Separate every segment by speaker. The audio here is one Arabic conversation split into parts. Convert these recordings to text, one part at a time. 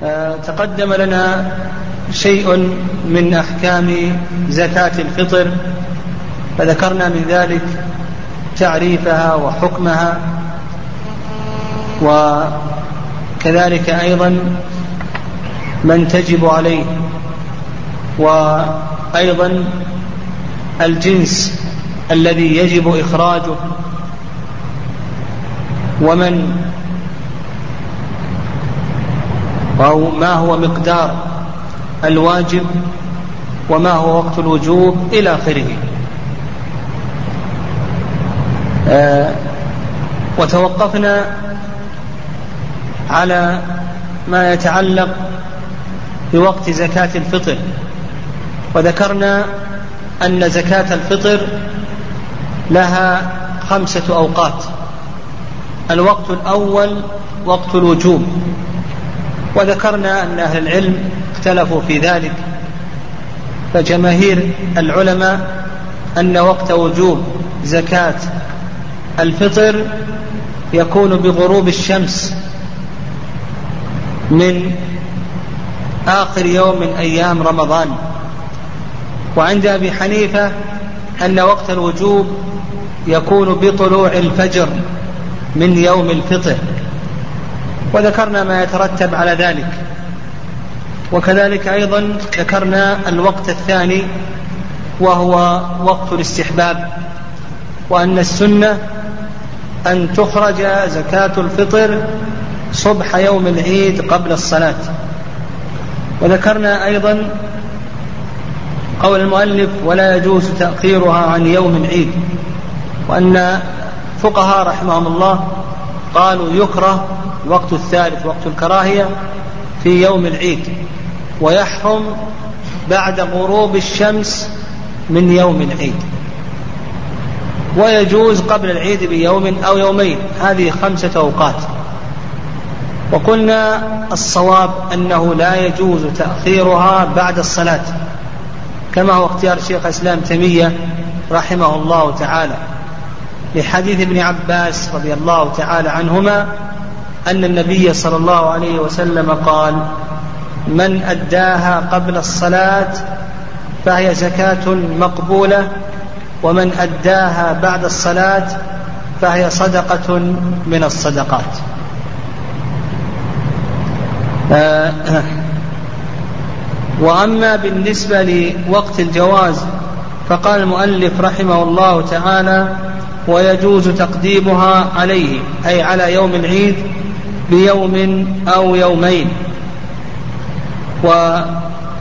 Speaker 1: تقدم لنا شيء من أحكام زكاة الفطر، فذكرنا من ذلك تعريفها وحكمها، وكذلك أيضا من تجب عليه، وأيضا الجنس الذي يجب إخراجه، ما هو مقدار الواجب، وما هو وقت الوجوب إلى آخره. وتوقفنا على ما يتعلق بوقت زكاة الفطر، وذكرنا أن زكاة الفطر لها 5 أوقات. الوقت الأول وقت الوجوب، وذكرنا أن أهل العلم اختلفوا في ذلك، فجماهير العلماء أن وقت وجوب زكاة الفطر يكون بغروب الشمس من آخر يوم من أيام رمضان. وعند أبي حنيفة أن وقت الوجوب يكون بطلوع الفجر من يوم الفطر، وذكرنا ما يترتب على ذلك. وكذلك أيضا ذكرنا الوقت الثاني وهو وقت الاستحباب، وأن السنة أن تخرج زكاة الفطر صبح يوم العيد قبل الصلاة. وذكرنا أيضا قول المؤلف ولا يجوز تأخيرها عن يوم العيد، وأن فقهاء رحمهم الله قالوا يكره الوقت الثالث وقت الكراهية في يوم العيد، ويحرم بعد غروب الشمس من يوم العيد، ويجوز قبل العيد بيوم أو يومين. هذه 5 أوقات. وقلنا الصواب أنه لا يجوز تأخيرها بعد الصلاة، كما هو اختيار شيخ الإسلام تيمية رحمه الله تعالى، لحديث ابن عباس رضي الله تعالى عنهما أن النبي صلى الله عليه وسلم قال من أداها قبل الصلاة فهي زكاة مقبولة، ومن أداها بعد الصلاة فهي صدقة من الصدقات. وأما بالنسبة لوقت الجواز فقال المؤلف رحمه الله تعالى ويجوز تقديمها عليه، أي على يوم العيد بيوم أو يومين. وهذا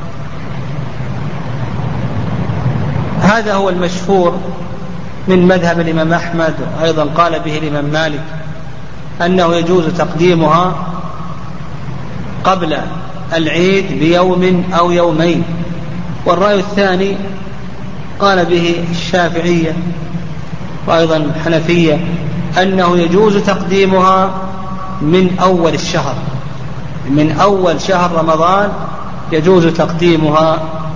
Speaker 1: هو المشهور من مذهب الإمام أحمد، وأيضا قال به الإمام مالك أنه يجوز تقديمها قبل العيد بيوم أو يومين. والرأي الثاني قال به الشافعية وأيضا الحنفية أنه يجوز تقديمها من أول الشهر، من أول شهر رمضان يجوز تقديمها.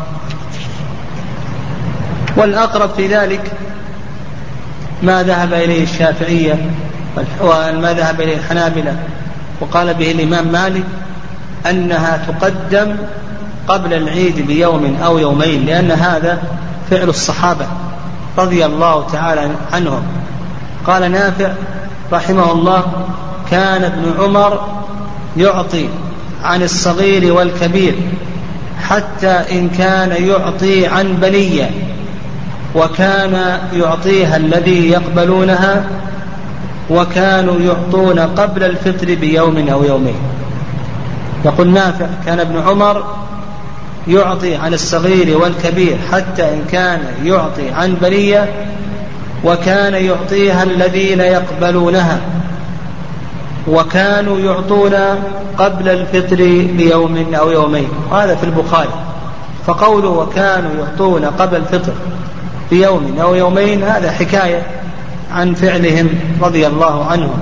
Speaker 1: والأقرب في ذلك ما ذهب إليه الشافعية وما ذهب إليه الحنابلة وقال به الإمام مالك أنها تقدم قبل العيد بيوم أو يومين، لأن هذا فعل الصحابة رضي الله تعالى عنهم. قال نافع رحمه الله كان ابن عمر يعطي عن الصغير والكبير حتى إن كان يعطي عن بنية، وكان يعطيها الذي يقبلونها، وكانوا يعطون قبل الفطر بيوم أو يومين. يقول نافع كان ابن عمر يعطي عن الصغير والكبير حتى إن كان يعطي عن بنية، وكان يعطيها الذين يقبلونها، وكانوا يعطون قبل الفطر بيوم أو يومين. هذا في البخاري. فقوله وكانوا يعطون قبل الفطر بيوم أو يومين هذا حكاية عن فعلهم رضي الله عنهم.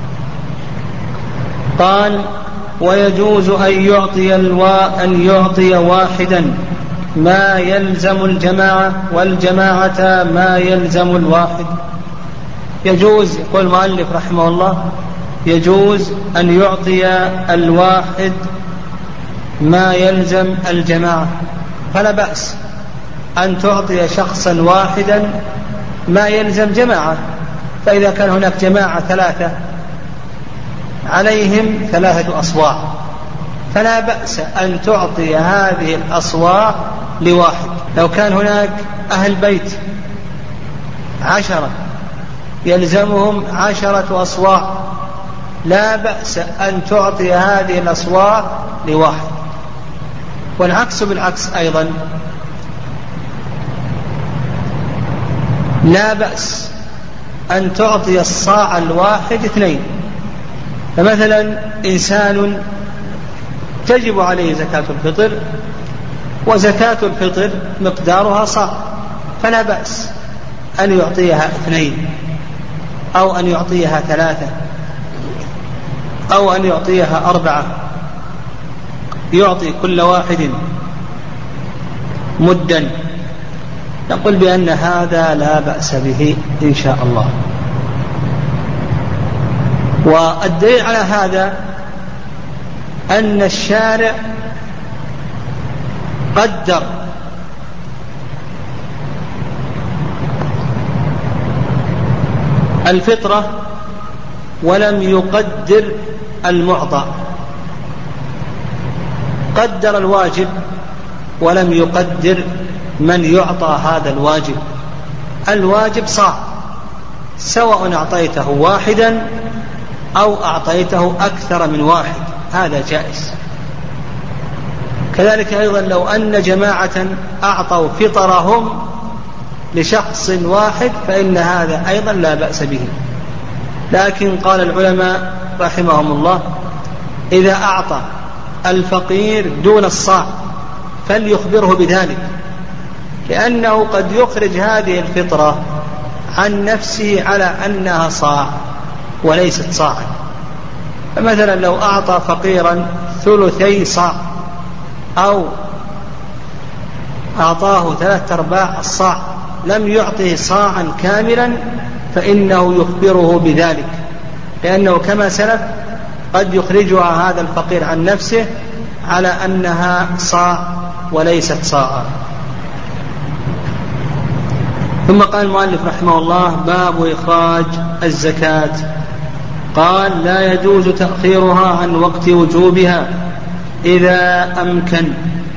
Speaker 1: قال ويجوز أن يعطي واحدا ما يلزم الجماعة، والجماعة ما يلزم الواحد. يجوز، يقول المؤلف رحمه الله، يجوز أن يعطي الواحد ما يلزم الجماعة فلا بأس أن تعطي شخصا واحدا ما يلزم جماعة. فإذا كان هناك جماعة 3 عليهم 3 أصواع فلا بأس أن تعطي هذه الأصواع لواحد. لو كان هناك أهل بيت 10 يلزمهم 10 أصواع لا بأس أن تعطي هذه الأصواع لواحد. والعكس بالعكس أيضا لا بأس أن تعطي الصاع الواحد 2. فمثلا إنسان تجب عليه زكاة الفطر وزكاة الفطر مقدارها صاع فلا بأس أن يعطيها 2 أو أن يعطيها 3 أو أن يعطيها 4. يعطي كل واحد مدا. نقول بأن هذا لا بأس به إن شاء الله. والدليل على هذا أن الشارع قدر الفطرة ولم يقدر المعطى. قدر الواجب ولم يقدر من يعطى هذا الواجب. الواجب صاع سواء أعطيته واحدا أو أعطيته أكثر من واحد هذا جائز. كذلك أيضا لو أن جماعة أعطوا فطرهم لشخص واحد فإن هذا أيضا لا بأس به. لكن قال العلماء رحمهم الله إذا أعطى الفقير دون الصاع فليخبره بذلك، لأنه قد يخرج هذه الفطرة عن نفسه على أنها صاع وليست صاعا. فمثلا لو أعطى فقيرا 2 صاع أو أعطاه 3/4 الصاع لم يعطه صاعا كاملا فإنه يخبره بذلك، لأنه كما سلف قد يخرجها هذا الفقير عن نفسه على أنها صاع وليست صاعا. ثم قال المؤلف رحمه الله باب إخراج الزكاة. قال لا يجوز تأخيرها عن وقت وجوبها إذا أمكن.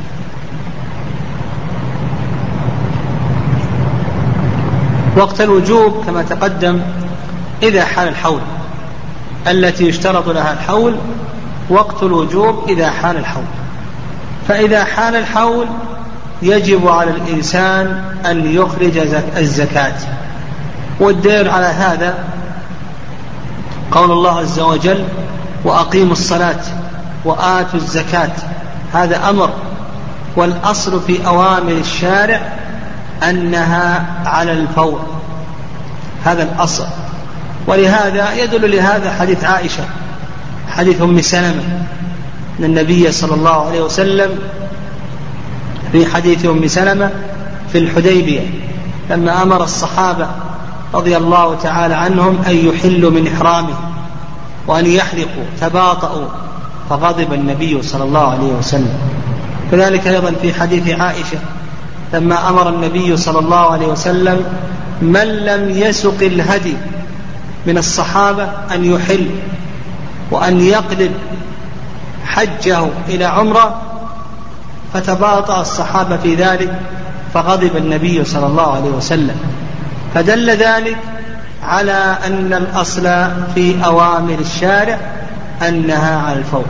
Speaker 1: وقت الوجوب كما تقدم إذا حال الحول التي يشترط لها الحول، وقت الوجوب إذا حال الحول. فإذا حال الحول يجب على الإنسان أن يخرج الزكاة. والدليل على هذا قول الله عز وجل وأقيموا الصلاة وآتوا الزكاة. هذا أمر، والأصل في أوامر الشارع أنها على الفور، هذا الأصل. ولهذا يدل لهذا حديث عائشة حديث أم سلمة أن النبي صلى الله عليه وسلم في حديث أم سلمة في الحديبية لما أمر الصحابة رضي الله تعالى عنهم أن يحلوا من إحرامه وأن يحلقوا تباطؤوا فغضب النبي صلى الله عليه وسلم. كذلك أيضا في حديث عائشة لما أمر النبي صلى الله عليه وسلم من لم يسق الهدي من الصحابة أن يحل وأن يقلب حجه إلى عمره، فتباطأ الصحابة في ذلك فغضب النبي صلى الله عليه وسلم. فدل ذلك على أن الأصل في أوامر الشارع أنها على الفور.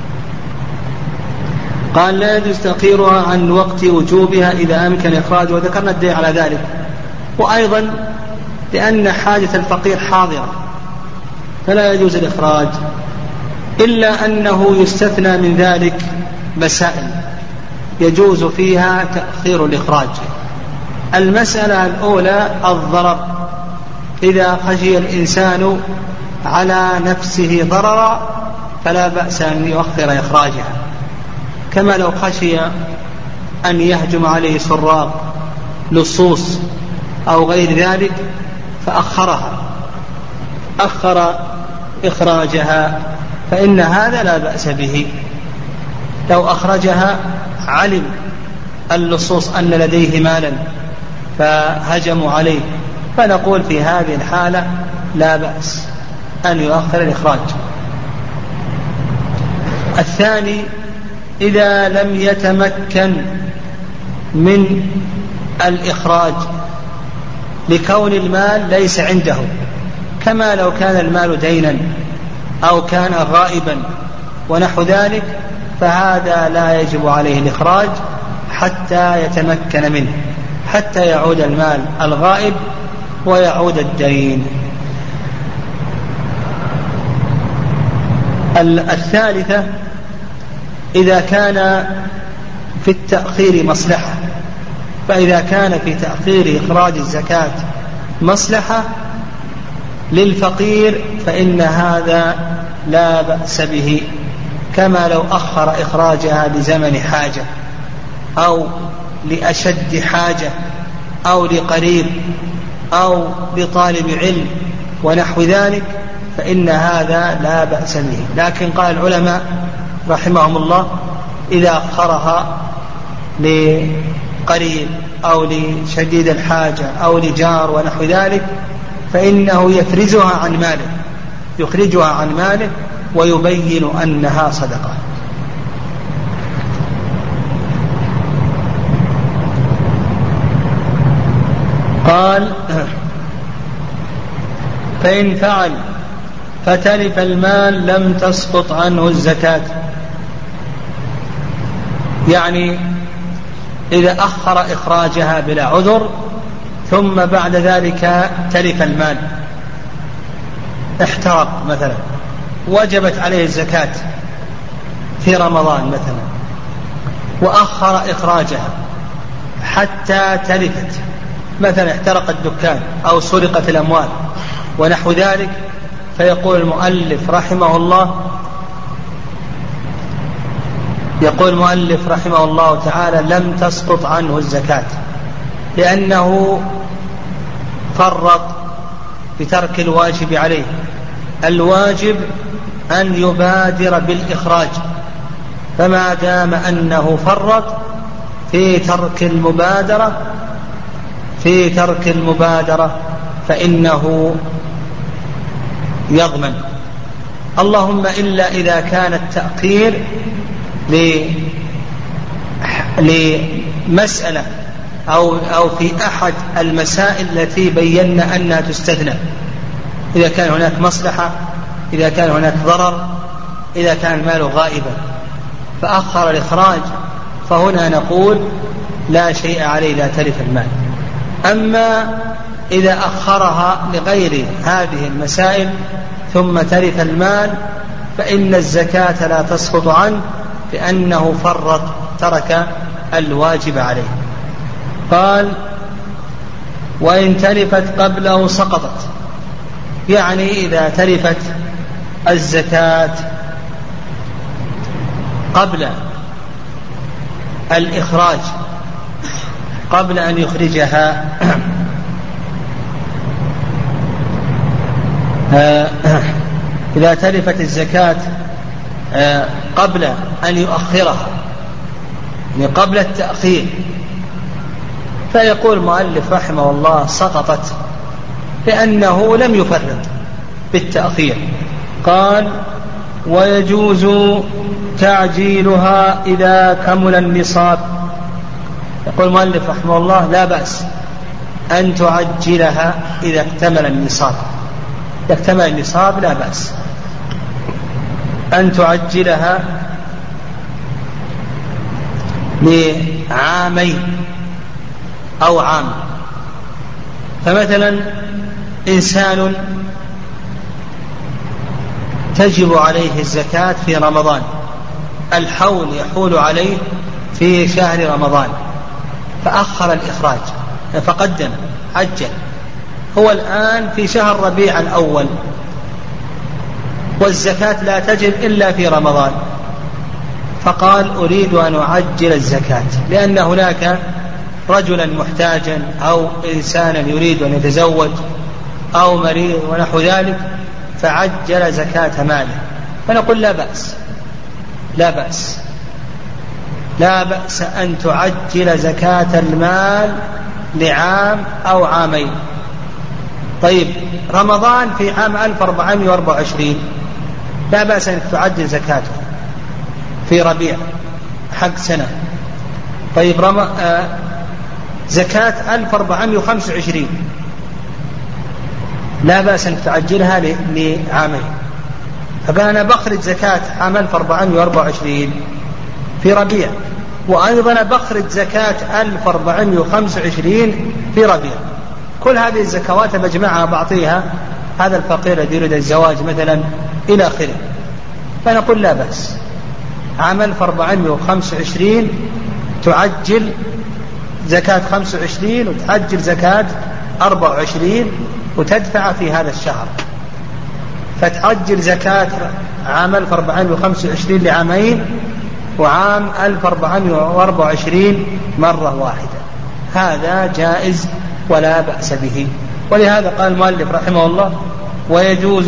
Speaker 1: قال لا يجوز تأخيرها عن وقت وجوبها إذا أمكن إخراجه، وذكرنا الدليل على ذلك. وأيضا لأن حاجة الفقير حاضرة فلا يجوز الإخراج، إلا أنه يستثنى من ذلك مسائل يجوز فيها تأخير الإخراج. المسألة الأولى الضرر، إذا خشي الإنسان على نفسه ضررا فلا بأس أن يؤخر إخراجها، كما لو خشي أن يهجم عليه سراق لصوص أو غير ذلك فأخرها، أخر إخراجها، فإن هذا لا بأس به. لو أخرجها علم اللصوص أن لديه مالا فهجموا عليه، فنقول في هذه الحالة لا بأس أن يؤخر الإخراج. الثاني إذا لم يتمكن من الإخراج لكون المال ليس عنده، كما لو كان المال دينا أو كان غائبا ونحو ذلك، فهذا لا يجب عليه الإخراج حتى يتمكن منه، حتى يعود المال الغائب ويعود الدين. الثالثة إذا كان في التأخير مصلحة، فإذا كان في تأخير إخراج الزكاة مصلحة للفقير فإن هذا لا بأس به، كما لو أخر إخراجها لزمن حاجة أو لأشد حاجة أو لقريب أو لطالب علم ونحو ذلك، فإن هذا لا بأس به. لكن قال العلماء رحمهم الله إذا أخرها لقريب أو لشديد الحاجة أو لجار ونحو ذلك فإنه يفرزها عن ماله، يخرجها عن ماله ويبين أنها صدقة. قال فإن فعل فتلف المال لم تسقط عنه الزكاة، يعني إذا أخر إخراجها بلا عذر ثم بعد ذلك تلف المال، احترق مثلا وجبت عليه الزكاة في رمضان مثلا وأخر إخراجها حتى تلفت، مثلا احترق الدكان أو سرقت الأموال ونحو ذلك، فيقول المؤلف رحمه الله تعالى لم تسقط عنه الزكاة، لأنه فرط بترك الواجب عليه. الواجب أن يبادر بالإخراج، فما دام أنه فرط في ترك المبادرة فإنه يضمن، اللهم إلا إذا كان التأخير لمسألة أو في أحد المسائل التي بينا أنها تستثنى، إذا كان هناك مصلحة، إذا كان هناك ضرر، إذا كان المال غائبا فأخر الإخراج، فهنا نقول لا شيء عليه لا تلف المال. أما إذا أخرها لغير هذه المسائل ثم تلف المال فإن الزكاة لا تسقط عنه لأنه فرط، ترك الواجب عليه. قال وإن تلفت قبله سقطت، يعني إذا تلفت الزكاة قبل الإخراج، قبل أن يخرجها، إذا تلفت الزكاة قبل أن يؤخرها، يعني قبل التأخير، فيقول المؤلف رحمه الله سقطت لأنه لم يفرط بالتأخير. قال ويجوز تعجيلها إذا كمل النصاب، يقول المؤلف رحمه الله لا بأس أن تعجلها إذا اكتمل النصاب، إذا اكتمل النصاب لا بأس أن تعجلها لعامين أو عام. فمثلا إنسان تجب عليه الزكاة في رمضان، الحول يحول عليه في شهر رمضان، فأخر الإخراج فقدم عجل، هو الآن في شهر ربيع الأول والزكاة لا تجب إلا في رمضان، فقال أريد أن أعجل الزكاة لأن هناك رجلا محتاجا أو إنسانا يريد أن يتزوج أو مريض ونحو ذلك، فعجل زكاة ماله، فنقول لا بأس لا بأس أن تعجل زكاة المال لعام أو عامين. طيب رمضان في عام 1424 لا بأس أن تعجل زكاته في ربيع حق سنة. طيب زكاة 1425 لا بأس أن تعجلها لعامين. فقال أنا بخرج زكاة عام 1424 في ربيع، وأيضا بخرج زكاة 1425 في ربيع. كل هذه الزكوات بجمعها بعطيها هذا الفقير الذي يريد الزواج مثلا إلى آخره. فنقول لا بأس عام 1425 تعجل زكاة 25 وتعجل زكاة 24 وتدفع في هذا الشهر. فتعجل زكاة عام 1425 لعامين وعام 1424 مرة واحدة. هذا جائز ولا بأس به. ولهذا قال المؤلف رحمه الله ويجوز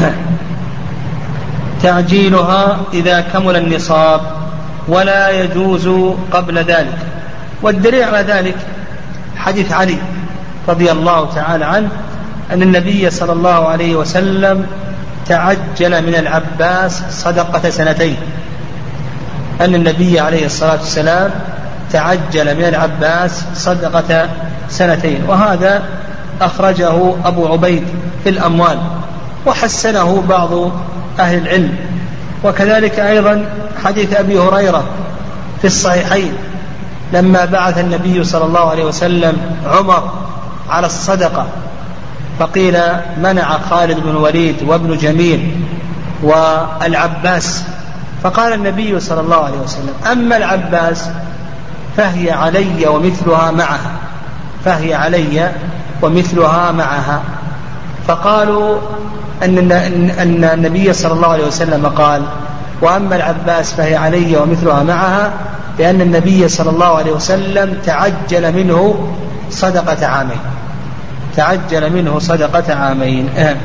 Speaker 1: تعجيلها إذا كمل النصاب ولا يجوز قبل ذلك. والدليل على ذلك حديث علي رضي الله تعالى عنه أن النبي صلى الله عليه وسلم تعجل من العباس صدقة سنتين. أن النبي عليه الصلاة والسلام تعجل من العباس صدقة سنتين. وهذا أخرجه أبو عبيد في الأموال وحسنه بعض أهل العلم. وكذلك أيضا حديث أبي هريرة في الصحيحين لما بعث النبي صلى الله عليه وسلم عمر على الصدقة فقيل منع خالد بن وليد وابن جميل والعباس، فقال النبي صلى الله عليه وسلم أما العباس فهي علي ومثلها معها، فهي علي ومثلها معها. فقالوا أن النبي صلى الله عليه وسلم قال وأما العباس فهي علي ومثلها معها لأن النبي صلى الله عليه وسلم تعجل منه صدقة عامين، تعجل منه صدقة عامين.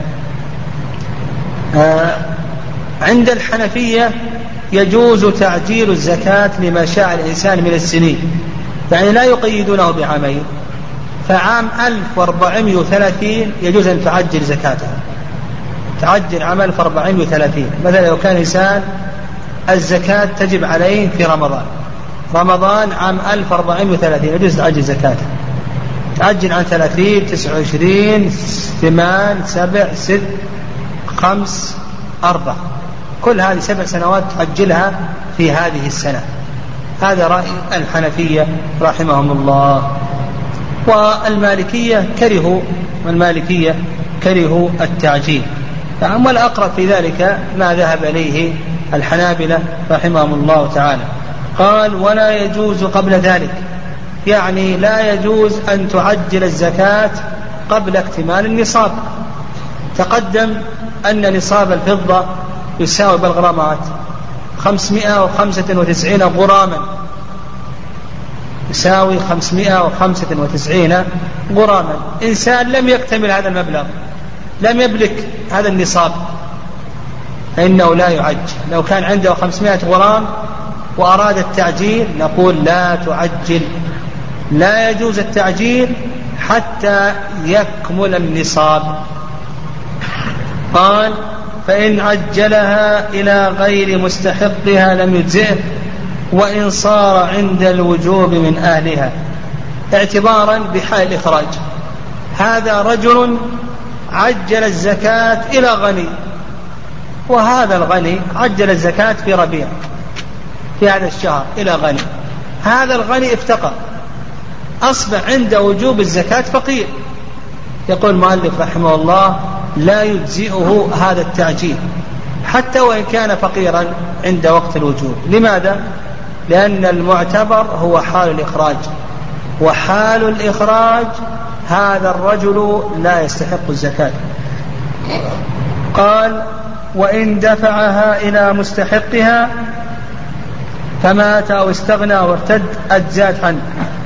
Speaker 1: عند الحنفية يجوز تعجيل الزكاة لما شاء الإنسان من السنين، يعني لا يقيدونه بعامين. فعام 1430 يجوز أن تعجل زكاته، تعجل عام 1430. مثلا لو كان إنسان الزكاة تجب عليه في رمضان عام 1430 يجوز تعجل زكاته، تعجل عن 30 29 8 7 6 5 4 كل هذه 7 سنوات تعجلها في هذه السنة. هذا رأي الحنفية رحمهم الله. والمالكية كرهوا التعجيل. أما الأقرب في ذلك ما ذهب إليه الحنابلة رحمهم الله تعالى. قال ولا يجوز قبل ذلك، يعني لا يجوز أن تعجل الزكاة قبل اكتمال النصاب. تقدم أن نصاب الفضة يساوي بالغرامات 595 غراما، يساوي 595 غراما. إنسان لم يكتمل هذا المبلغ، لم يبلغ هذا النصاب، فإنه لا يعجل. لو كان عنده 500 غرام وأراد التعجيل نقول لا تعجل، لا يجوز التعجيل حتى يكمل النصاب. قال فإن عجلها إلى غير مستحقها لم يجزئه وإن صار عند الوجوب من أهلها، اعتبارا بحال الإخراج. هذا رجل عجل الزكاة إلى غني، وهذا الغني عجل الزكاة في ربيع في هذا الشهر إلى غني. هذا الغني افتقر، أصبح عند وجوب الزكاة فقير. يقول المؤلف رحمه الله لا يجزئه هذا التعجيل حتى وإن كان فقيرا عند وقت الوجوب. لماذا؟ لأن المعتبر هو حال الإخراج، وحال الإخراج هذا الرجل لا يستحق الزكاة. قال وإن دفعها إلى مستحقها فمات أو استغنى وارتد أجزات عنه.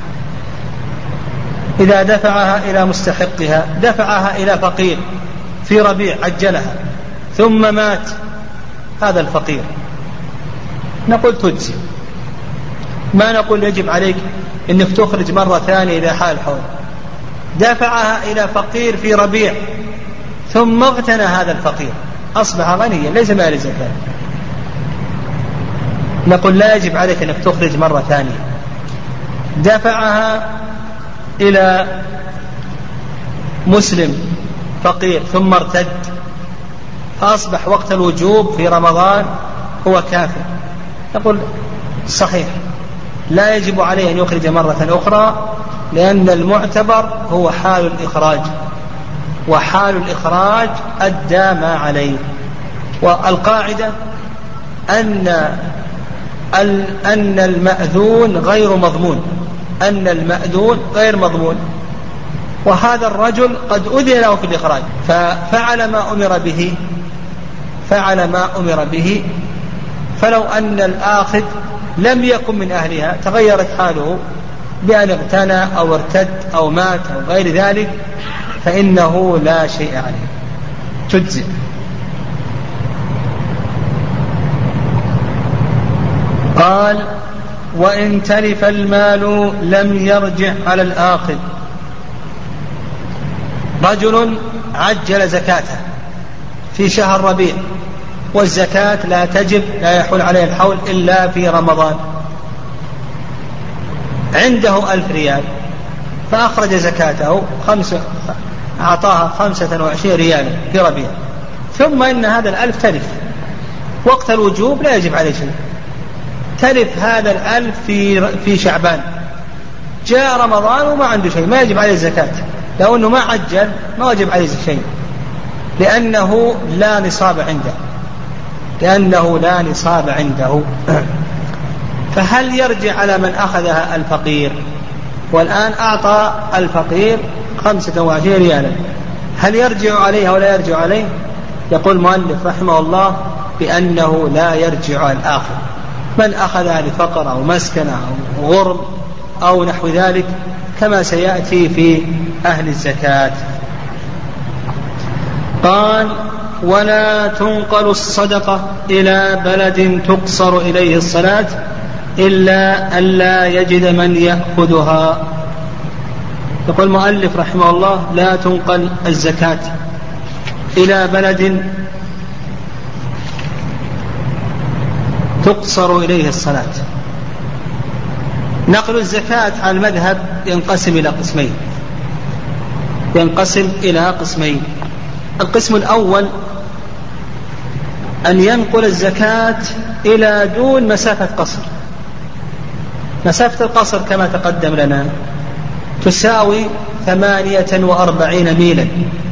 Speaker 1: إذا دفعها إلى مستحقها، دفعها إلى فقير في ربيع عجلها ثم مات هذا الفقير، نقول تجزي. ما نقول يجب عليك أنك تخرج مرة ثانية إذا حال الحول. دفعها إلى فقير في ربيع ثم اغتنى هذا الفقير أصبح غنيا ليس مال الزكاة، نقول لا يجب عليك أنك تخرج مرة ثانية. دفعها إلى مسلم فقير ثم ارتد فأصبح وقت الوجوب في رمضان هو كافر، نقول صحيح لا يجب عليه أن يخرج مرة أخرى، لأن المعتبر هو حال الإخراج، وحال الإخراج أدى ما عليه. والقاعدة أن المأذون غير مضمون، أن المأذون غير مضمون. وهذا الرجل قد أذن له في الإخراج ففعل ما أمر به، فلو أن الآخذ لم يكن من أهلها تغيرت حاله بأن اغتنى أو ارتد أو مات أو غير ذلك فإنه لا شيء عليه، تجزئ. قال وإن تلف المال لم يرجع على الآخذ. رجل عجل زكاته في شهر ربيع، والزكاة لا تجب، لا يحول عليه الحول إلا في رمضان، عنده 1000 ريال فأخرج زكاته أعطاها 25 ريالا في ربيع، ثم إن هذا 1000 تلف وقت الوجوب لا يجب عليه شيء. تلف هذا 1000 في شعبان، جاء رمضان وما عنده شيء، ما يجب عليه الزكاة، لو أنه ما عجل ما وجب عليه شيء، لأنه لا نصاب عنده. فهل يرجع على من أخذها الفقير؟ والآن أعطى الفقير 25 ريالا، هل يرجع عليه ولا يرجع عليه؟ يقول المؤلف رحمه الله بأنه لا يرجع على الآخر، من أخذها لفقر أو مسكنة أو غرم أو نحو ذلك كما سيأتي في أهل الزكاة. قال ولا تنقل الصدقة إلى بلد تقصر إليه الصلاة إلا أن لا يجد من يأخذها. يقول المؤلف رحمه الله لا تنقل الزكاة إلى بلد تقصر إليه الصلاة. نقل الزكاة على المذهب ينقسم إلى قسمين. القسم الأول أن ينقل الزكاة إلى دون مسافة قصر. مسافة القصر كما تقدم لنا تساوي 48 ميلا،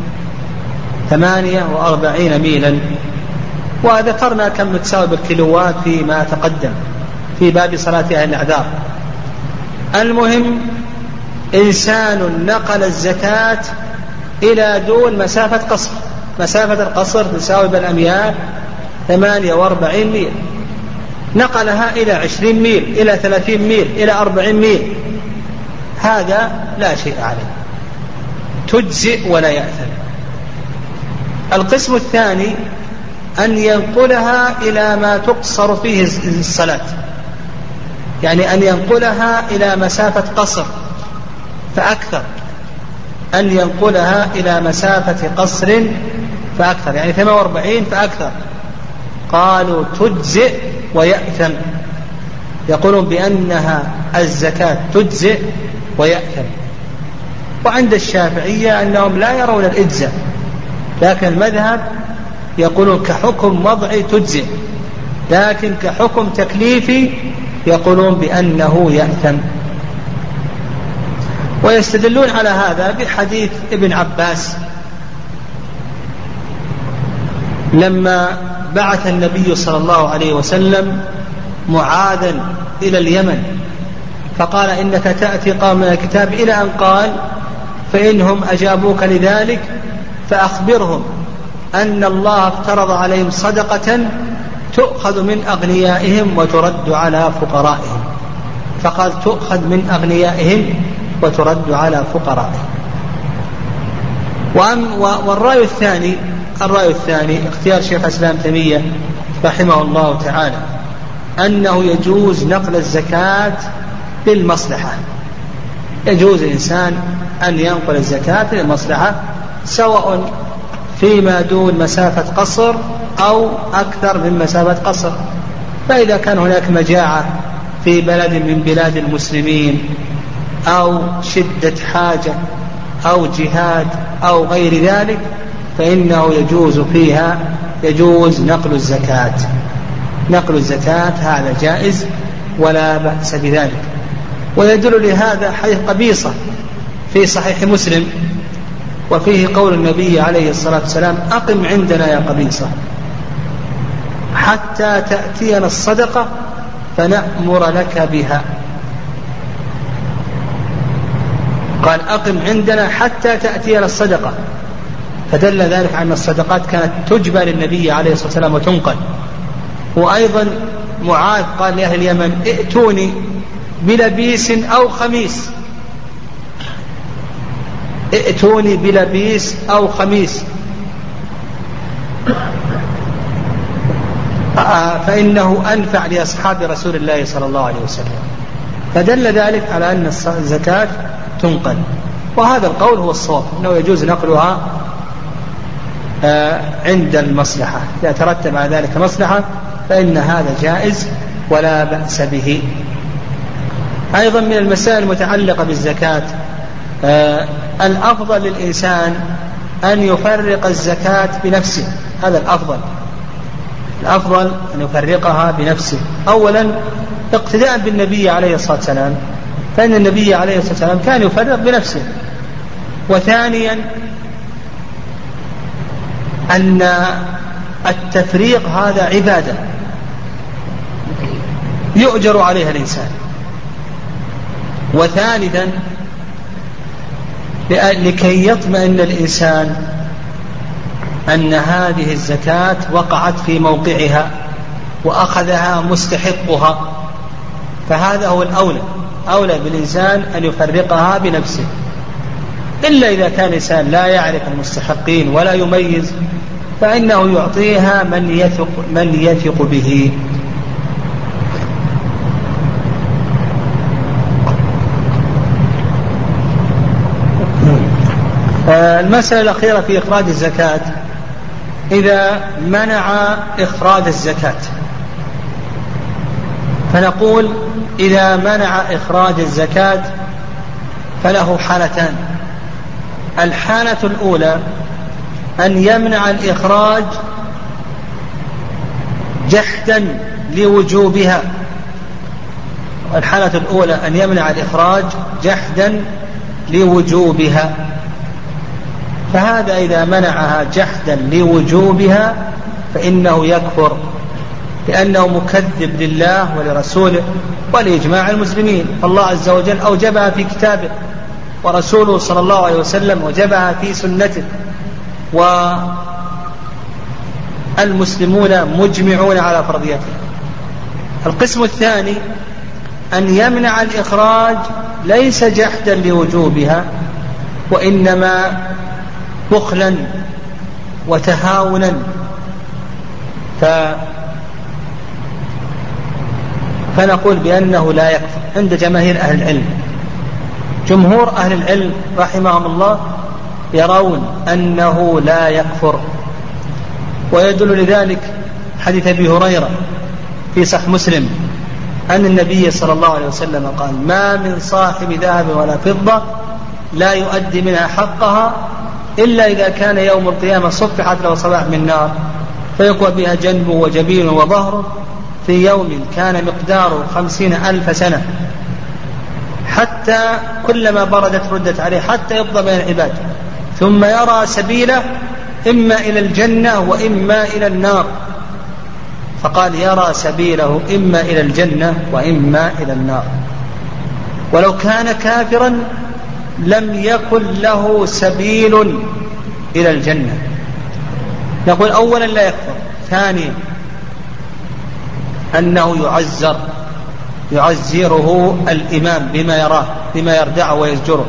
Speaker 1: 48 ميلا، وذكرنا كم تساوي بالكيلوات فيما تقدم في باب صلاة أهل الأعذار. المهم إنسان نقل الزكاة إلى دون مسافة قصر، مسافة القصر تساوي بالأميال 48 ميل، نقلها إلى 20 ميل، إلى 30 ميل، إلى 40 ميل، هذا لا شيء عليه، تجزئ ولا يأثم. القسم الثاني أن ينقلها إلى ما تقصر فيه الصلاة، يعني أن ينقلها إلى مسافة قصر فأكثر، أن ينقلها إلى مسافة قصر فأكثر، يعني 48 فأكثر، قالوا تجزئ ويأثم، يقولون بأنها الزكاة تجزئ ويأثم. وعند الشافعية أنهم لا يرون الإجزاء، لكن المذهب يقولون كحكم وضعي تجزئ، لكن كحكم تكليفي يقولون بأنه يأثم. ويستدلون على هذا بحديث ابن عباس لما بعث النبي صلى الله عليه وسلم معاذا إلى اليمن فقال إنك تأتي قوم من الكتاب، إلى أن قال فإنهم أجابوك لذلك فأخبرهم أن الله افترض عليهم صدقة تؤخذ من أغنيائهم وترد على فقرائهم، فقال تؤخذ من أغنيائهم وترد على فقرائهم. والرأي الثاني اختيار شيخ الإسلام تيمية رحمه الله تعالى، أنه يجوز نقل الزكاة للمصلحة، يجوز الإنسان أن ينقل الزكاة للمصلحة سواء فيما دون مسافة قصر أو أكثر من مسافة قصر. فإذا كان هناك مجاعة في بلد من بلاد المسلمين أو شدة حاجة أو جهاد أو غير ذلك فإنه يجوز فيها يجوز نقل الزكاة. نقل الزكاة هذا جائز ولا بأس بذلك. ويدل لهذا حديث قبيصة في صحيح مسلم وفيه قول النبي عليه الصلاة والسلام: أقم عندنا يا قبيصة حتى تأتينا الصدقة فنأمر لك بها. قال: أقم عندنا حتى تأتينا الصدقة، فدل ذلك على أن الصدقات كانت تجبى للنبي عليه الصلاة والسلام وتنقل. وأيضا معاذ قال لأهل اليمن: ائتوني بلبيس أو خميس، ائتوني بلبيس أو خميس فإنه أنفع لأصحاب رسول الله صلى الله عليه وسلم. فدل ذلك على أن الزكاة تنقل، وهذا القول هو الصواب، أنه يجوز نقلها عند المصلحة، إذا ترتب على ذلك مصلحة فإن هذا جائز ولا بأس به. أيضا من المسائل المتعلقة بالزكاة الأفضل للإنسان أن يفرق الزكاة بنفسه، هذا الأفضل، الأفضل أن يفرقها بنفسه. أولا اقتداء بالنبي عليه الصلاة والسلام، فإن النبي عليه الصلاة والسلام كان يفرق بنفسه. وثانيا أن التفريق هذا عبادة يؤجر عليها الإنسان. وثالثا لكي يطمئن الإنسان أن هذه الزكاة وقعت في موقعها وأخذها مستحقها، فهذا هو الأولى، أولى بالإنسان أن يفرقها بنفسه، إلا إذا كان الإنسان لا يعرف المستحقين ولا يميز فإنه يعطيها من يثق به. المسألة الأخيرة في إخراج الزكاة: إذا منع إخراج الزكاة، فنقول إذا منع إخراج الزكاة فله حالتان. الحالة الأولى أن يمنع الإخراج جحدا لوجوبها، الحالة الأولى أن يمنع الإخراج جحدا لوجوبها، فهذا إذا منعها جحدا لوجوبها فإنه يكفر، لأنه مكذب لله ولرسوله ولإجماع المسلمين. الله عز وجل أوجبها في كتابه، ورسوله صلى الله عليه وسلم وجبها في سنته، والمسلمون مجمعون على فرضيته. القسم الثاني أن يمنع الإخراج ليس جحدا لوجوبها، وإنما بخلا وتهاونا، فنقول بأنه لا يكفر عند جماهير أهل العلم. جمهور أهل العلم رحمهم الله يرون أنه لا يكفر، ويدل لذلك حديث أبي هريرة في صحيح مسلم أن النبي صلى الله عليه وسلم قال: ما من صاحب ذهب ولا فضة لا يؤدي منها حقها إلا إذا كان يوم القيامة صفحت له صباح من نار فيقوى بها جنبه وجبينه وظهره في يوم كان مقداره 50,000 سنة، حتى كلما بردت ردت عليه حتى يفضى بين العباد، ثم يرى سبيله إما إلى الجنة وإما إلى النار. فقال: يرى سبيله إما إلى الجنة وإما إلى النار. ولو كان كافرا لم يكن له سبيل إلى الجنة. نقول أولا لا يكفر، ثانيا أنه يعزره الإمام بما يراه بما يردعه ويزجره،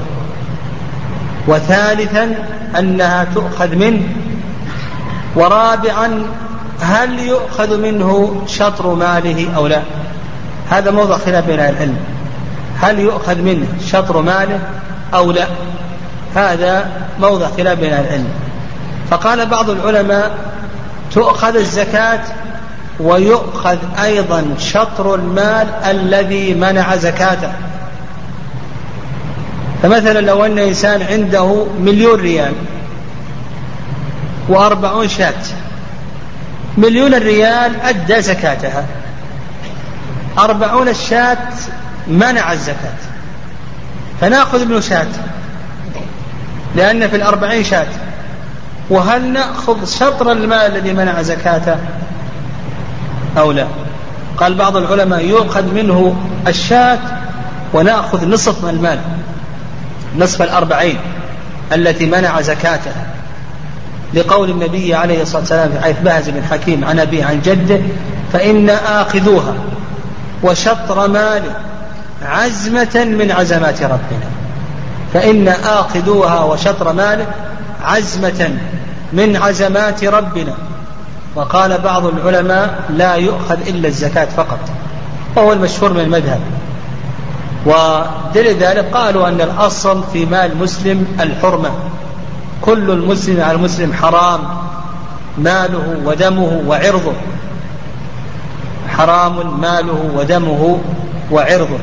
Speaker 1: وثالثا أنها تؤخذ منه، ورابعا هل يؤخذ منه شطر ماله أو لا؟ هذا موضع خلاف بين العلم، هل يؤخذ منه شطر ماله أو لا؟ هذا موضع خلاف بين العلم. فقال بعض العلماء تؤخذ الزكاة ويؤخذ أيضا شطر المال الذي منع زكاته. فمثلا لو أن إنسان عنده 1,000,000 ريال و40 شاة، 1,000,000 الريال أدى زكاتها، 40 الشاة منع الزكاة، فنأخذ ابن شاة لأن في 40 شاة. وهل نأخذ شطر المال الذي منع زكاته أو لا؟ قال بعض العلماء يؤخذ منه الشاة ونأخذ نصف من المال، نصف 40 التي منع زكاتها، لقول النبي عليه الصلاة والسلام في حديث بهز بن حكيم عن أبيه عن جده: فإن آخذوها وشطر ماله عزمة من عزمات ربنا. فإن آخذوها وشطر ماله عزمة من عزمات ربنا. وقال بعض العلماء لا يؤخذ إلا الزكاة فقط، وهو المشهور من المذهب. ودليل ذلك قالوا أن الأصل في مال مسلم الحرمة، كل المسلم على المسلم حرام ماله ودمه وعرضه، حرام ماله ودمه وعرضه.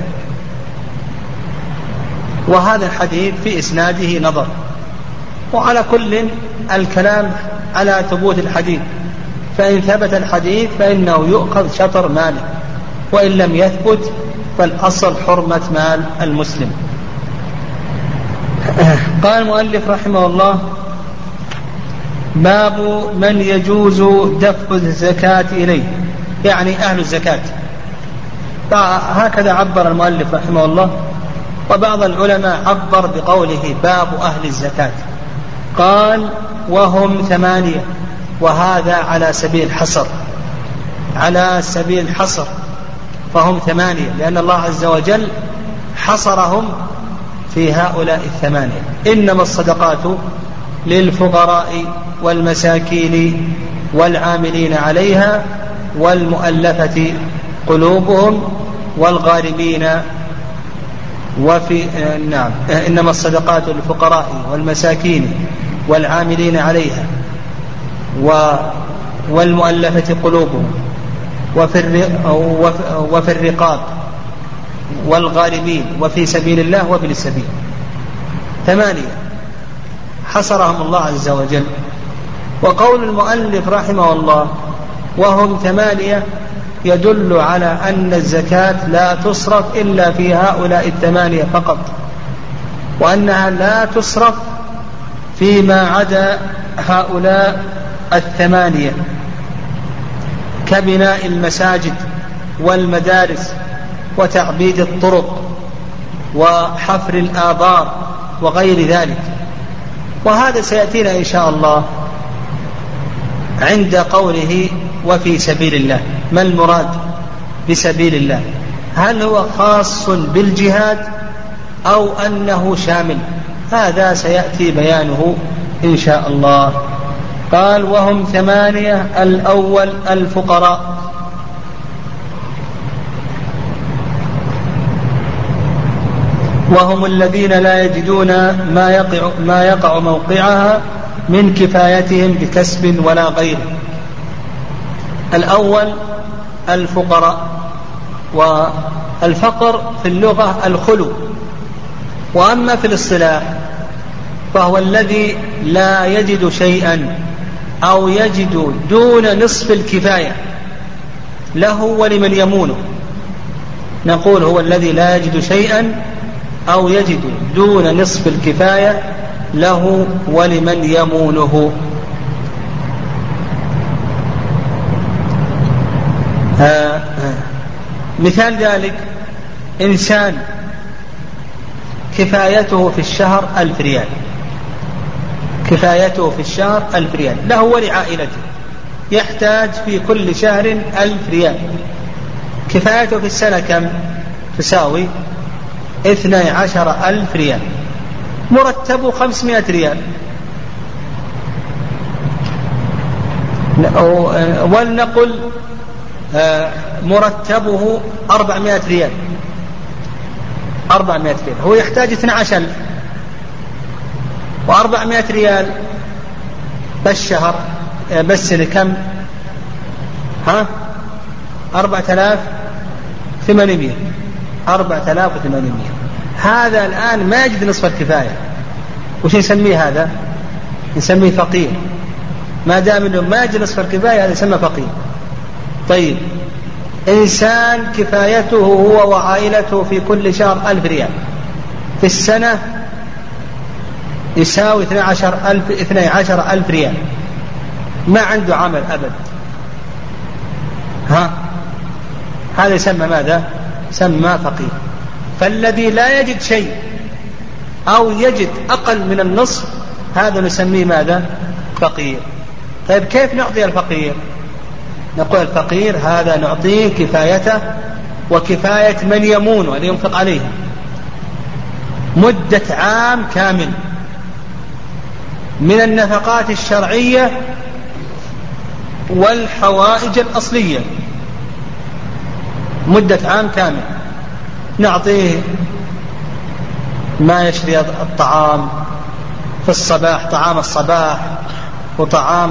Speaker 1: وهذا الحديث في إسناده نظر، وعلى كل الكلام على ثبوت الحديث، فإن ثبت الحديث فإنه يؤخذ شطر ماله، وإن لم يثبت فالأصل حرمة مال المسلم. قال المؤلف رحمه الله: باب من يجوز دفع الزكاة إليه، يعني أهل الزكاة. هكذا عبر المؤلف رحمه الله. وبعض العلماء عبر بقوله باب أهل الزكاة، قال وهم 8، وهذا على سبيل الحصر، على سبيل الحصر، فهم 8، لأن الله عز وجل حصرهم في هؤلاء 8. إنما الصدقات للفقراء والمساكين والعاملين عليها والمؤلفة قلوبهم والغارمين إنما الصدقات للفقراء والمساكين والعاملين عليها والمؤلفة قلوبهم وفي الرقاب والغارمين وفي سبيل الله وابن السبيل. 8 حصرهم الله عز وجل. وقول المؤلف رحمه الله وهم 8 يدل على أن الزكاة لا تصرف إلا في هؤلاء 8 فقط، وأنها لا تصرف فيما عدا هؤلاء 8 كبناء المساجد والمدارس وتعبيد الطرق وحفر الآبار وغير ذلك. وهذا سيأتينا إن شاء الله عند قوله وفي سبيل الله. ما المراد بسبيل الله؟ هل هو خاص بالجهاد أو أنه شامل؟ هذا سيأتي بيانه إن شاء الله. قال وهم 8: الأول الفقراء، وهم الذين لا يجدون ما يقع موقعها من كفايتهم بكسب ولا غيره. الأول الفقراء، والفقر في اللغة الخلو، وأما في الاصطلاح فهو الذي لا يجد شيئا أو يجد دون نصف الكفاية له ولمن يمونه. نقول هو الذي لا يجد شيئا أو يجد دون نصف الكفاية له ولمن يمونه. مثال ذلك إنسان كفايته في الشهر 1000 ريال، كفايته في الشهر 1000 ريال له ولعائلته، يحتاج في كل شهر 1000 ريال. كفايته في السنة كم تساوي؟ 12,000 ريال، مرتبه 500 ريال. ولنقل مرتبه 400 ريال، 400 ريال، هو يحتاج 12,000، و400 ريال بالشهر بالسنة كم؟ 4,800. 4,800 هذا الآن ما يجد نصف الكفاية. وش نسميه هذا؟ نسميه فقير. ما دام انه ما يجد نصف الكفاية هذا يسمى فقير. طيب إنسان كفايته هو وعائلته في كل شهر 1000 ريال، في السنة يساوي 12,000 ريال، ما عنده عمل أبد، هذا يسمى ماذا؟ يسمى فقير. فالذي لا يجد شيء أو يجد أقل من النصف هذا نسميه ماذا؟ فقير. طيب كيف نعطي الفقير؟ نقول الفقير هذا نعطيه كفايته وكفاية من يمون وأن ينفق عليه مدة عام كامل من النفقات الشرعية والحوائج الأصلية، مدة عام كامل نعطيه ما يشري الطعام في الصباح، طعام الصباح، وطعام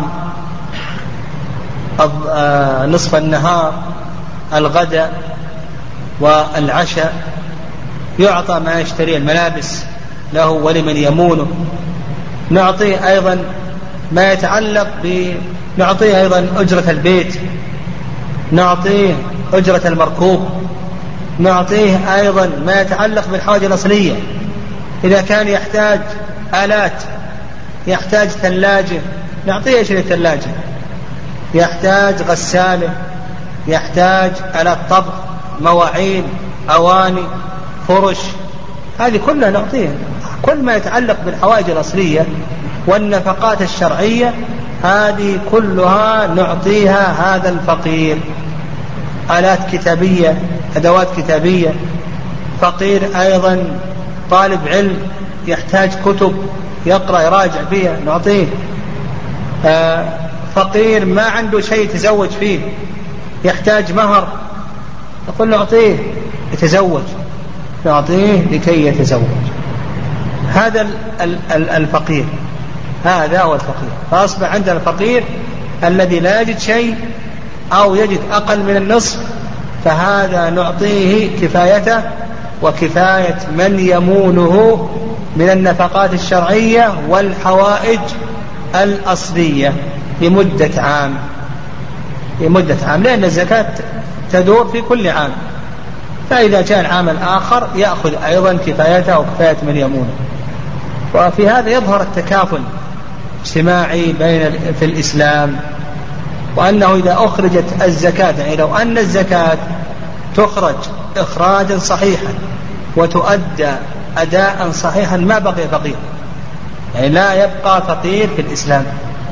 Speaker 1: نصف النهار، الغداء والعشاء، يعطى ما يشتري الملابس له ولمن يمونه، نعطيه أيضا ما يتعلق نعطيه أيضا أجرة البيت، نعطيه أجرة المركوب، نعطيه أيضا ما يتعلق بالحوائج الأصلية. إذا كان يحتاج آلات، يحتاج ثلاجة نعطيه يشتري ثلاجة، يحتاج غسالة، يحتاج آلات طبخ، مواعين، أواني، فرش، هذه كلها نعطيه. كل ما يتعلق بالحوائج الأصلية والنفقات الشرعية هذه كلها نعطيها هذا الفقير. آلات كتابية، أدوات كتابية، فقير أيضا طالب علم يحتاج كتب يقرأ يراجع فيها نعطيه. فقير ما عنده شيء يتزوج فيه يحتاج مهر نقول نعطيه يتزوج، نعطيه لكي يتزوج. هذا الفقير، هذا هو الفقير. فأصبح عندنا الفقير الذي لا يجد شيء أو يجد أقل من النصف، فهذا نعطيه كفايته وكفاية من يمونه من النفقات الشرعية والحوائج الأصلية لمدة عام، لأن الزكاة تدور في كل عام، فإذا جاء العام الآخر يأخذ أيضا كفايته وكفاية من يمونه. وفي هذا يظهر التكافل اجتماعي في الإسلام، وأنه إذا أخرجت الزكاة، يعني لو أن الزكاة تخرج إخراجا صحيحا وتؤدى أداء صحيحا ما بقي فقير، يعني لا يبقى فقير في الإسلام.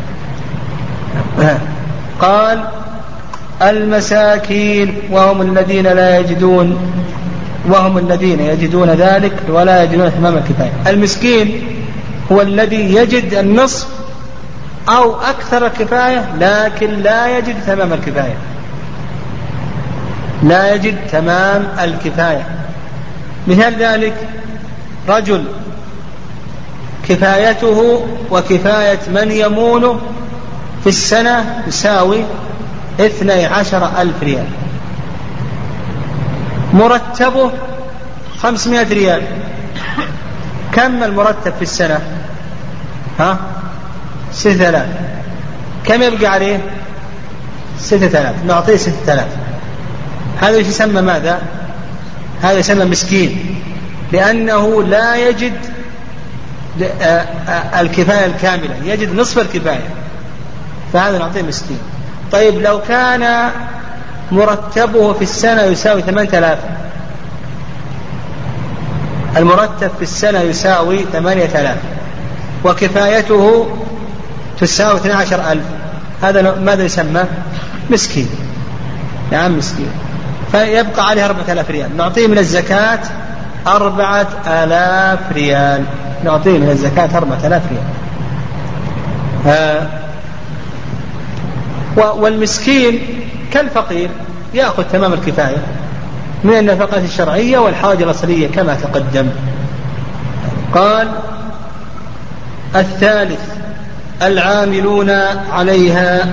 Speaker 1: قال المساكين وهم الذين لا يجدون، وهم الذين يجدون ذلك ولا يجدون تمام الكفاية. المسكين هو الذي يجد النصف أو أكثر الكفاية لكن لا يجد تمام الكفاية، لا يجد تمام الكفاية. مثال ذلك رجل كفايته وكفاية من يمونه في السنة يساوي 12,000 ريال، مرتبه 500 ريال. كم المرتب في السنة؟ 6,000. كم يبقى عليه؟ 6,000. نعطيه 6,000. هذا يسمى ماذا؟ هذا يسمى مسكين، لأنه لا يجد الكفاية الكاملة، يجد نصف الكفاية، فهذا نعطيه مسكين. طيب لو كان مرتبه في السنة يساوي 8,000، المرتب في السنة يساوي 8,000 وكفايته تساوي 12,000، هذا ماذا يسمى؟ مسكين. نعم مسكين. فيبقى عليه 4,000 ريال، نعطيه من الزكاة 4,000 ريال، نعطيه من الزكاة 4,000 ريال. والمسكين كالفقير يأخذ تمام الكفاية من النفقات الشرعية والحاجة الأصلية كما تقدم. قال: الثالث العاملون عليها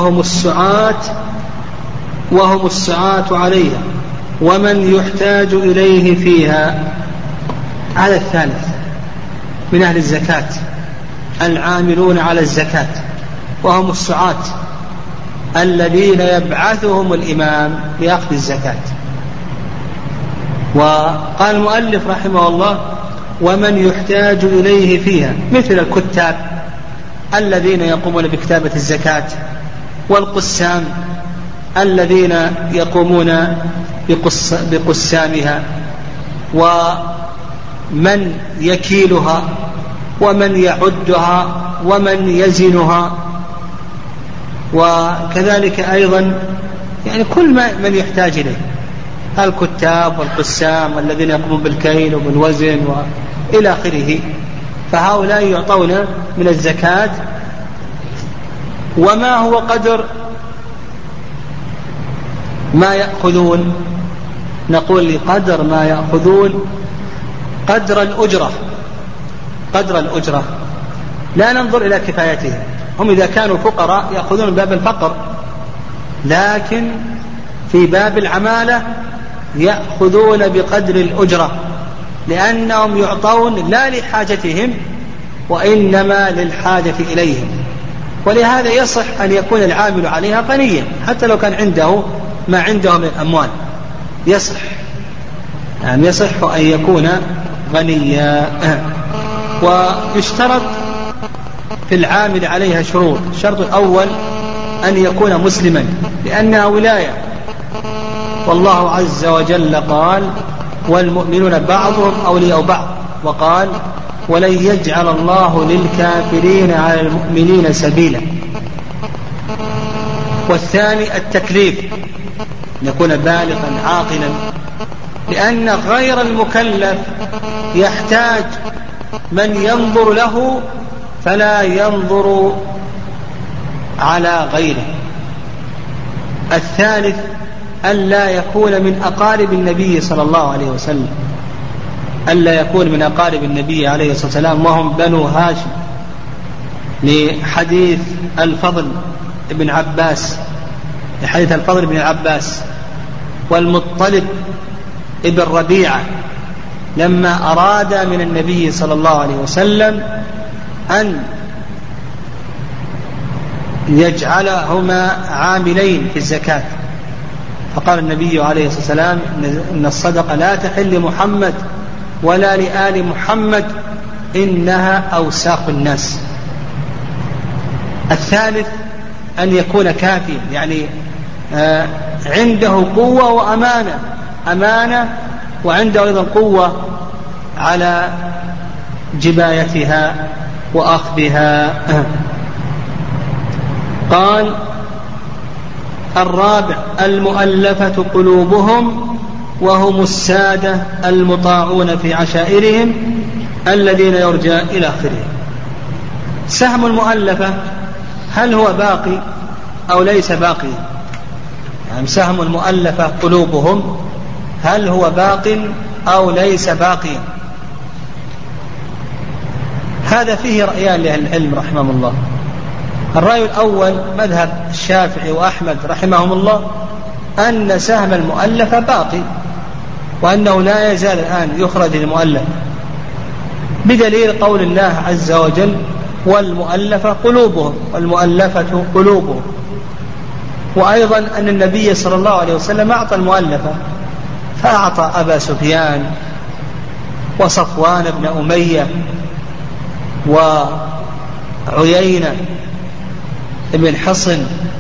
Speaker 1: وهم السعاة عليها ومن يحتاج إليه فيها. على الثالث من أهل الزكاة العاملون على الزكاة وهم السعاة الذين يبعثهم الإمام لأخذ الزكاة. وقال المؤلف رحمه الله: ومن يحتاج إليه فيها، مثل الكتاب الذين يقومون بكتابة الزكاة، والقسام الذين يقومون بقسامها، ومن يكيلها ومن يعدها ومن يزنها، وكذلك أيضا يعني كل من يحتاج إليه، الكتاب والقسام والذين يقومون بالكيل وبالوزن وإلى آخره، فهؤلاء يعطون من الزكاة. وما هو قدر ما يأخذون؟ نقول لقدر ما يأخذون قدر الأجرة، لا ننظر إلى كفايتهم. هم إذا كانوا فقراء يأخذون من باب الفقر، لكن في باب العمالة يأخذون بقدر الأجرة، لأنهم يعطون لا لحاجتهم وإنما للحاجة إليهم. ولهذا يصح أن يكون العامل عليها غنيا حتى لو كان عنده ما عنده من الأموال، يصح أن يكون غنيا. ويشترط في العامل عليها شروط. الشرط الأول أن يكون مسلما لأنها ولاية، والله عز وجل قال: والمؤمنون بعضهم أولياء بعض، وقال: ولن يجعل الله للكافرين على المؤمنين سبيلا. والثاني التكليف، أن يكون بالغا عاقلا، لأن غير المكلف يحتاج من ينظر له فلا ينظر على غيره. الثالث ألا يكون من أقارب النبي صلى الله عليه وسلم، ألا يكون من أقارب النبي عليه الصلاة والسلام وهم بنو هاشم، لحديث الفضل بن عباس والمطلب ابن ربيعة لما أراد من النبي صلى الله عليه وسلم أن يجعلهما عاملين في الزكاة، فقال النبي عليه الصلاة والسلام: إن الصدقة لا تحل محمد ولا لآل محمد، إنها أوساخ الناس. الثالث أن يكون كافيا، يعني عنده قوة وأمانة وعنده أيضا قوة على جبايتها وأخذها. قال: الرابع المؤلفة قلوبهم وهم السادة المطاعون في عشائرهم الذين يرجى إلى آخره. سهم المؤلفة هل هو باقي أو ليس باقي؟ يعني سهم المؤلفة قلوبهم هل هو باق أو ليس باقيا؟ هذا فيه رأيان لأهل العلم رحمهم الله. الرأي الأول مذهب الشافعي وأحمد رحمهم الله أن سهم المؤلفة باقي، وأنه لا يزال الآن يخرج للمؤلف، بدليل قول الله عز وجل: والمؤلفة قلوبهم. وأيضا أن النبي صلى الله عليه وسلم أعطى المؤلفة، فأعطى أبا سفيان وصفوان بن أمية وعيينة بن حصن،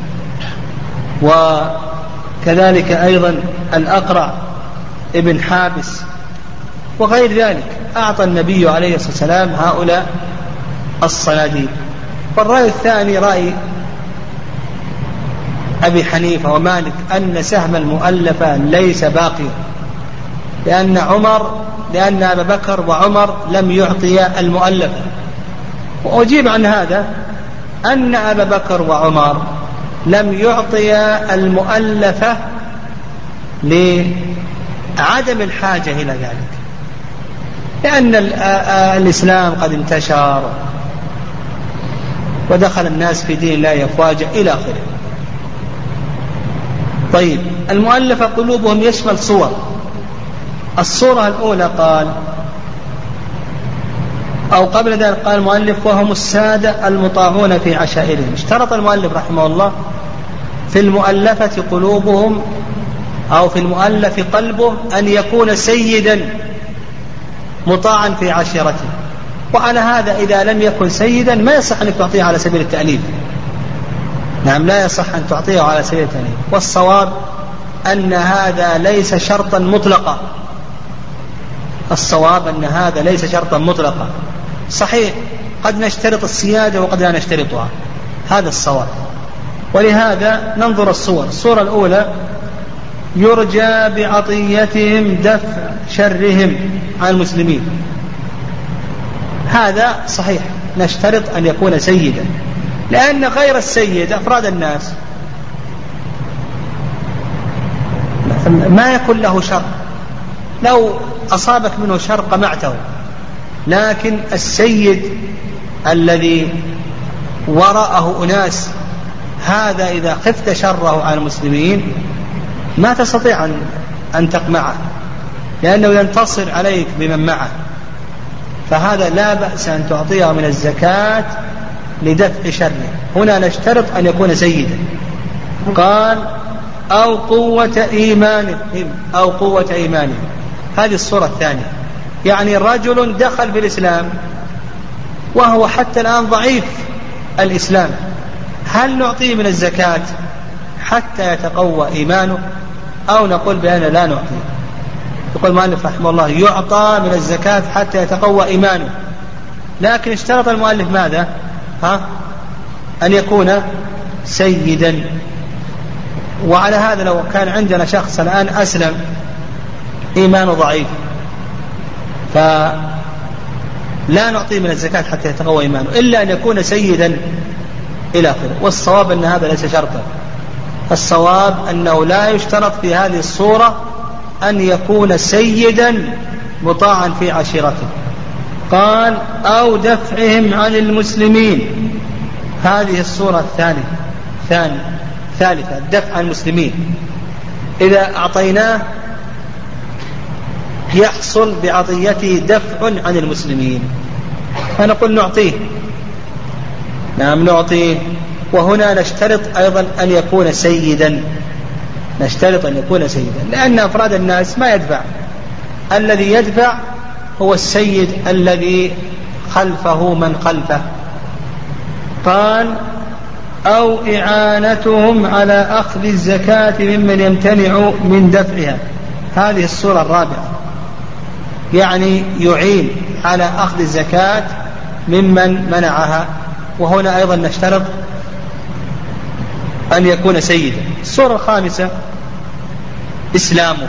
Speaker 1: وكذلك أيضا الأقرع ابن حابس وغير ذلك. أعطى النبي عليه الصلاة والسلام هؤلاء الصناديد. والرأي الثاني رأي أبي حنيفة ومالك أن سهم المؤلفة ليس باقيا، لأن أبا بكر وعمر لم يعطيا المؤلفة. وأجيب عن هذا أن أبا بكر وعمر لم يعطي المؤلفة لعدم الحاجة إلى ذلك، لأن الإسلام قد انتشر ودخل الناس في دين الله أفواجا إلى آخره. طيب، المؤلفة قلوبهم يشمل صور. الصورة الأولى قال، أو قبل ذلك قال المؤلف: وهم السادة المطاعون في عشائرهم. اشترط المؤلف رحمه الله في المؤلفة قلوبهم، أو في المؤلف قلبه، أن يكون سيدا مطاعا في عشيرته. وعلى هذا إذا لم يكن سيدا ما يصح أن تعطيه على سبيل التأليف. نعم، لا يصح أن تعطيه على سبيل التأليف. والصواب أن هذا ليس شرطا مطلقا. الصواب أن هذا ليس شرطا مطلقا. صحيح قد نشترط السيادة وقد لا نشترطها، هذا الصواب. ولهذا ننظر الصور. الصورة الأولى: يرجى بعطيتهم دفع شرهم عن المسلمين. هذا صحيح، نشترط أن يكون سيدا، لأن غير السيد أفراد الناس ما يكون له شر، لو أصابك منه شر قمعته. لكن السيد الذي وراءه أناس، هذا إذا خفت شره على المسلمين ما تستطيع أن تقمعه، لأنه ينتصر عليك بمن معه. فهذا لا بأس أن تعطيه من الزكاة لدفع شره. هنا نشترط أن يكون سيدا. قال: أو قوة إيمانه، أو قوة إيمانه. هذه الصورة الثانية، يعني رجل دخل في الإسلام وهو حتى الآن ضعيف الإسلام، هل نعطيه من الزكاة حتى يتقوى إيمانه، أو نقول بأن لا نعطيه؟ يقول المؤلف رحمه الله: يعطى من الزكاة حتى يتقوى إيمانه. لكن اشترط المؤلف ماذا؟ أن يكون سيدا. وعلى هذا لو كان عندنا شخص الآن أسلم إيمانه ضعيف فلا نعطيه من الزكاة حتى يتقوى إيمانه، إلا أن يكون سيدا إلى آخره. والصواب أن هذا ليس شرطا. الصواب أنه لا يشترط في هذه الصورة أن يكون سيدا مطاعا في عشيرته. قال: أو دفعهم عن المسلمين. هذه الصورة ثالثة، دفع عن المسلمين. إذا أعطيناه يحصل بعطيته دفع عن المسلمين، فنقول نعطيه. نعم نعطيه. وهنا نشترط أيضا أن يكون سيدا، نشترط أن يكون سيدا، لأن أفراد الناس ما يدفع، الذي يدفع هو السيد الذي خلفه من خلفه. قال: أو إعانتهم على أخذ الزكاة ممن يمتنع من دفعها. هذه الصورة الرابعة، يعني يعين على أخذ الزكاة ممن منعها. وهنا أيضا نشترط أن يكون سيدا. الصورة الخامسة: إسلامه.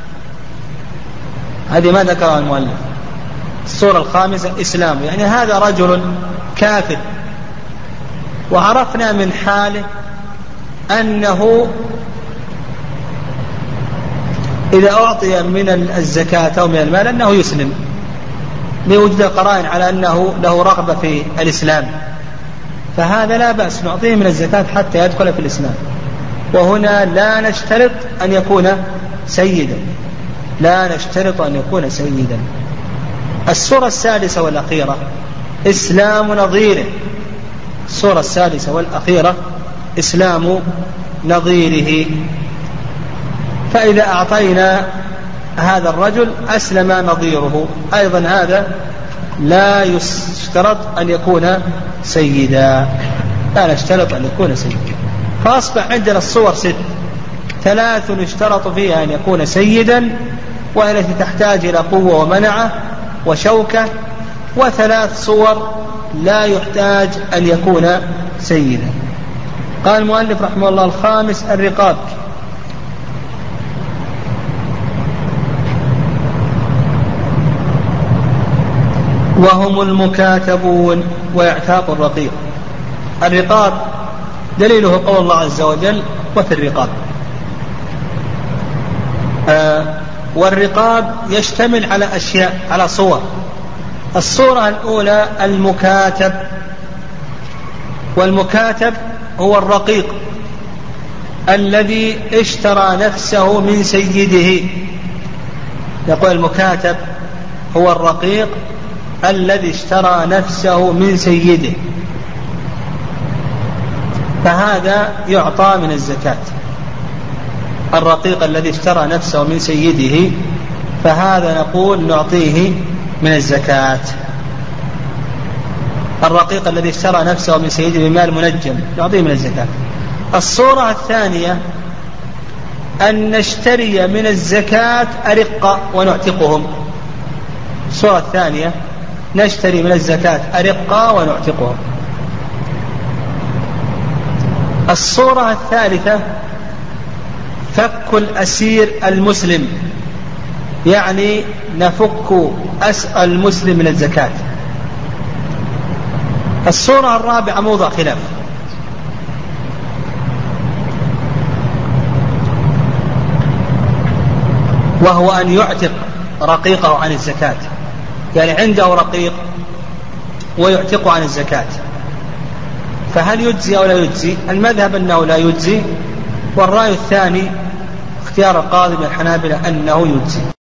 Speaker 1: هذه ما ذكرها المؤلف. الصورة الخامسة إسلامه، يعني هذا رجل كافر وعرفنا من حاله أنه إذا أعطي من الزكاة أو من المال أنه يسلم، لوجود قرائن على أنه له رغبة في الإسلام، فهذا لا بأس نعطيه من الزكاة حتى يدخل في الإسلام. وهنا لا نشترط أن يكون سيدا، لا نشترط أن يكون سيدا. الصورة السادسة والأخيرة: إسلام نظيره. الصورة السادسة والأخيرة: إسلام نظيره. فإذا أعطينا هذا الرجل أسلم نظيره، أيضا هذا لا يشترط أن يكون سيدا، لا نشترط أن يكون سيدا. فأصبح عندنا الصور 6: 3 يشترط فيها أن يكون سيدا، والتي تحتاج إلى قوة ومنعة وشوكة، و3 صور لا يحتاج أن يكون سيدا. قال المؤلف رحمه الله: الخامس: الرقاب. وهم المكاتبون ويعتاق الرقيق. الرقاب دليله قول الله عز وجل وفي الرقاب. والرقاب يشتمل على أشياء، على صور. الصورة الأولى المكاتب، والمكاتب هو الرقيق الذي اشترى نفسه من سيده. يقول المكاتب هو الرقيق الذي اشترى نفسه من سيده، فهذا يعطى من الزكاة. الرقيق الذي اشترى نفسه من سيده فهذا نقول نعطيه من الزكاة. الرقيق الذي اشترى نفسه من سيده بمال منجم نعطيه من الزكاة. الصورة الثانية أن نشتري من الزكاة أرقة ونعتقهم. الصورة الثانية نشتري من الزكاة أرقة ونعتقهم. الصورة الثالثة فك الأسير المسلم، يعني نفك أسر المسلم من الزكاة. الصورة الرابعة موضع خلاف، وهو أن يعتق رقيقه عن الزكاة، يعني عنده رقيق ويعتق عن الزكاة، فهل يجزي أو لا يجزي؟ المذهب أنه لا يجزي، والرأي الثاني اختيار القاضي من الحنابلة أنه يجزي.